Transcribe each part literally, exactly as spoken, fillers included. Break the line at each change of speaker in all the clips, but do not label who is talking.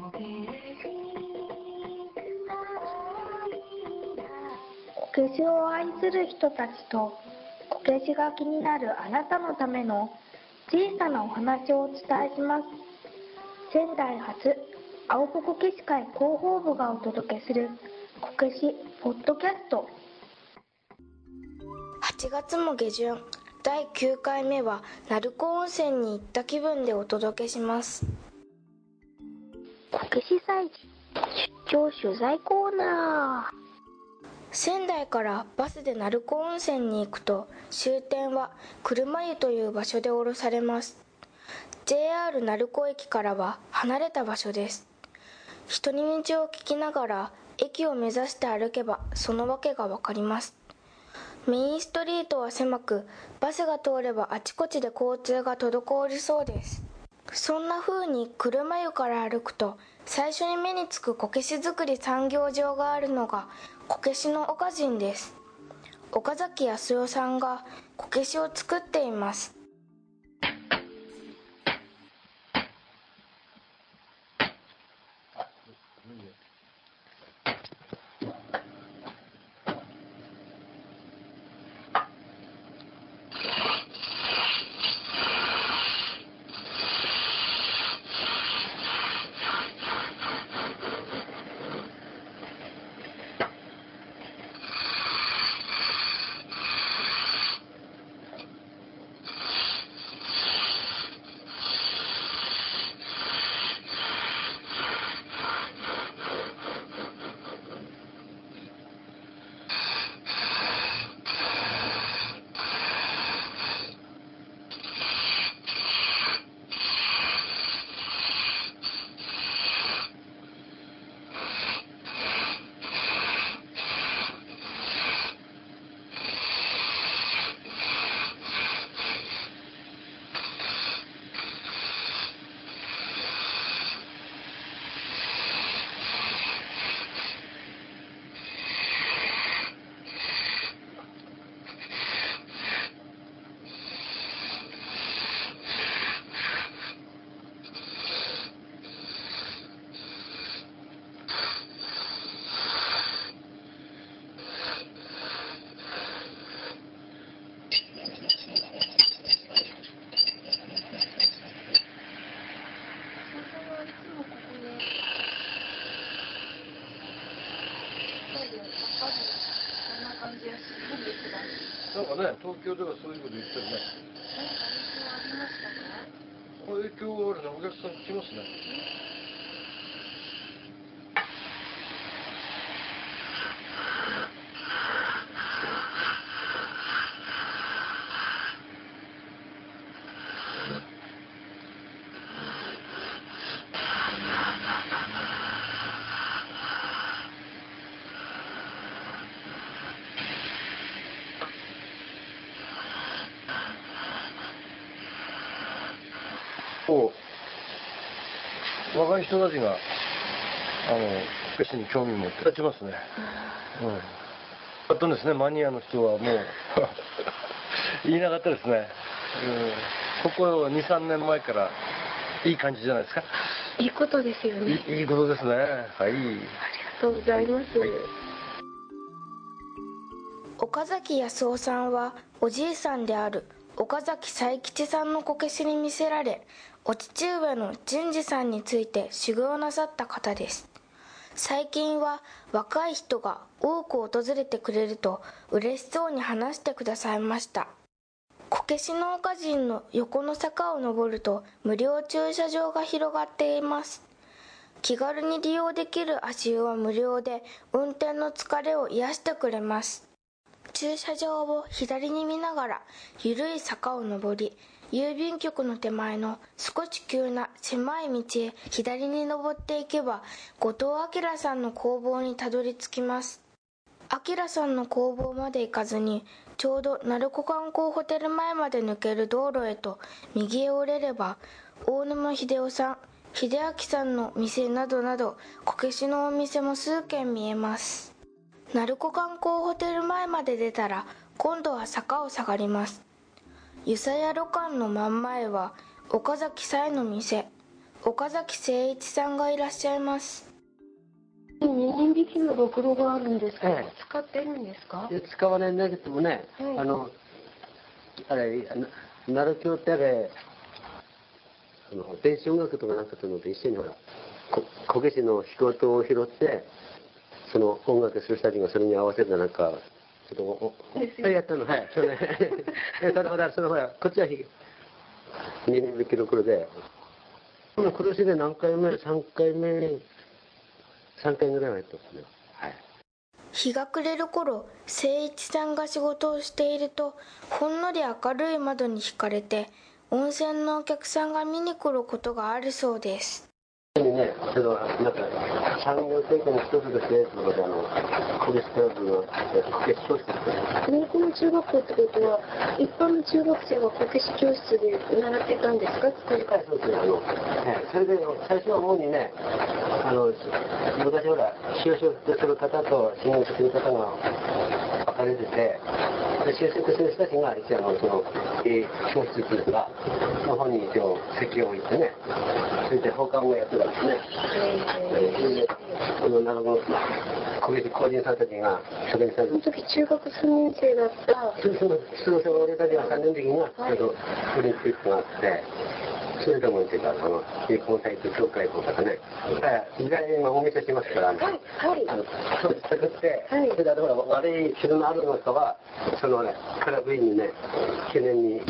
こけしを愛する人たちとこけしが気になるあなたのための小さなお話をお伝えします。仙台発青ポこけし会広報部がお届けするこけしポッドキャスト。
はちがつも下旬、だいきゅうかいめは鳴子温泉に行った気分でお届けします。
こけし祭出張取材コーナー。
仙台からバスで鳴子温泉に行くと、終点は車湯という場所で降ろされます。 ジェイアール 鳴子駅からは離れた場所です。人に道を聞きながら駅を目指して歩けばそのわけがわかります。メインストリートは狭く、バスが通ればあちこちで交通が滞りそうです。そんな風に車湯から歩くと、最初に目につくこけし作り産業場があるのがこけしの岡人です。岡崎康代さんがこけしを作っています。
なんかね、東京ではそういうこと言ってるね。何か影響ありましたか？影響あるね、お客さん来ますね。若い人たちがあのこけしに興味持って立ちますね。うん。あとですね、マニアの人はもう言いなかったですね。うん、ここに、さんねんまえからいい感じじゃないですか。
いいことですよね。
いい、いいことですね。はい。あり
がとうございます。はい、
岡崎康夫さんはおじいさんである岡崎才吉さんのこけしに魅せられ、お父上の淳二さんについて修行なさった方です。最近は若い人が多く訪れてくれると嬉しそうに話してくださいました。こけしの岡人の横の坂を登ると無料駐車場が広がっています。気軽に利用できる足湯は無料で、運転の疲れを癒してくれます。駐車場を左に見ながら緩い坂を登り、郵便局の手前の少し急な狭い道へ左に登っていけば、後藤明さんの工房にたどり着きます。明さんの工房まで行かずに、ちょうど鳴子観光ホテル前まで抜ける道路へと右へ折れれば、大沼秀夫さん、秀明さんの店などなど、こけしのお店も数軒見えます。鳴子観光ホテル前まで出たら、今度は坂を下がります。湯佐屋旅館の真ん前は岡崎彩の店。 岡崎誠一さんがいらっしゃいます。
二人引きのろくろがあるんですけど、
ええ
使ってるんですか？
使わないんだけどもね、
はい、
あのあれ奈良京ってあれあの電子音楽とかなんかとのと一緒にほらここけしの仕事を拾ってその音楽する人たちがそれに合わせてなんかちょっとおおやったのはいそうねただほらそのほらこっちは二人引きの黒でこの黒字で何回目さんかいめさんかいぐらいはやってますね。はい。
日が暮れる頃、誠一さんが仕事をしていると、ほんのり明るい窓に惹かれて、温泉のお客さんが見に来ることがあるそうです。
ね、そのなんか産業政権の一つとしてということであのこけしクラブのこけし教室ですね。
この中学校ってことは一般の中学生がこけし教室で習ってたんですか？
はい、そうですね。あの、ね、それで最初は主にね、あの昔ほら就職する方と進学する方が分かれてて、で就職する人たちが一応あのその、えー、教室っていうかの方に一応席を置いてね、それで放課後やってたんですね。えー、そのなるほどこけし工人さんたちがそれにされて、
その時中学さんねん生だった。
そのそのその俺たちがさんねんの時がちょうどオリンピックがあって。それでもっていうか、あの、日本体育協会とかね、時代今お見せしますから、はい、はい、あの、そう作って、はい、それで、ほら、悪い傷のあるのかは、そのね、クラブ員にね、記念に。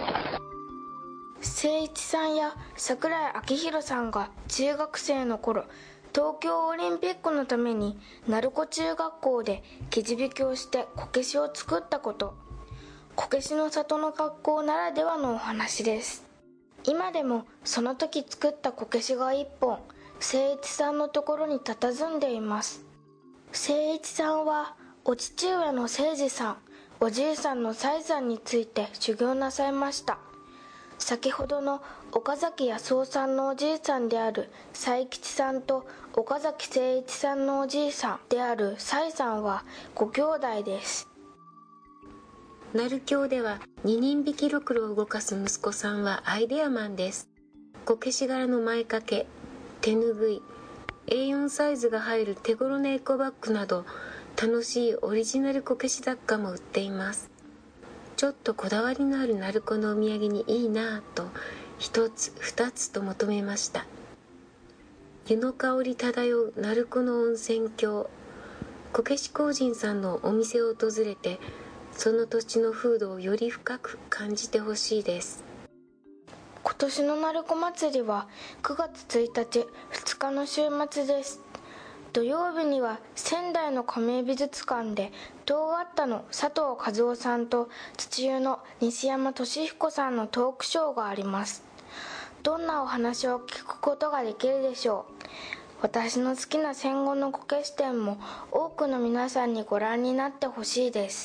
誠一さんや櫻井明宏さんが中学生の頃、東京オリンピックのために鳴子中学校で生地引きをしてこけしを作ったこと、こけしの里の学校ならではのお話です。今でもその時作ったこけしが一本、誠一さんのところに佇んでいます。誠一さんはお父上の誠二さん、おじいさんの西さんについて修行なさいました。先ほどの岡崎康夫さんのおじいさんである西吉さんと岡崎誠一さんのおじいさんである西さんはご兄弟です。
鳴京では二人引きろくろを動かす息子さんはアイデアマンです。こけし柄の前掛け、手ぬぐい、エーよん サイズが入る手頃なエコバッグなど楽しいオリジナルこけし雑貨も売っています。ちょっとこだわりのある鳴子のお土産にいいなぁと一つ二つと求めました。湯の香り漂う鳴子の温泉郷、こけし工人さんのお店を訪れてその土地の風土をより深く感じてほしいです。
今年の鳴子祭りはくがつついたち、ふつかの週末です。土曜日には仙台の亀井美術館で東ガッタの佐藤和夫さんと土湯の西山俊彦さんのトークショーがあります。どんなお話を聞くことができるでしょう。私の好きな戦後のこけし展も多くの皆さんにご覧になってほしいです。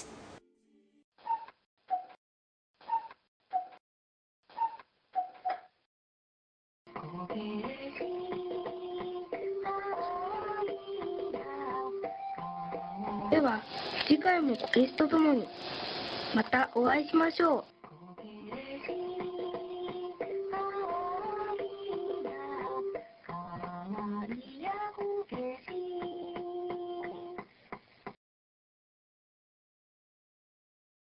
では次回もこけしとともにまたお会いしましょう。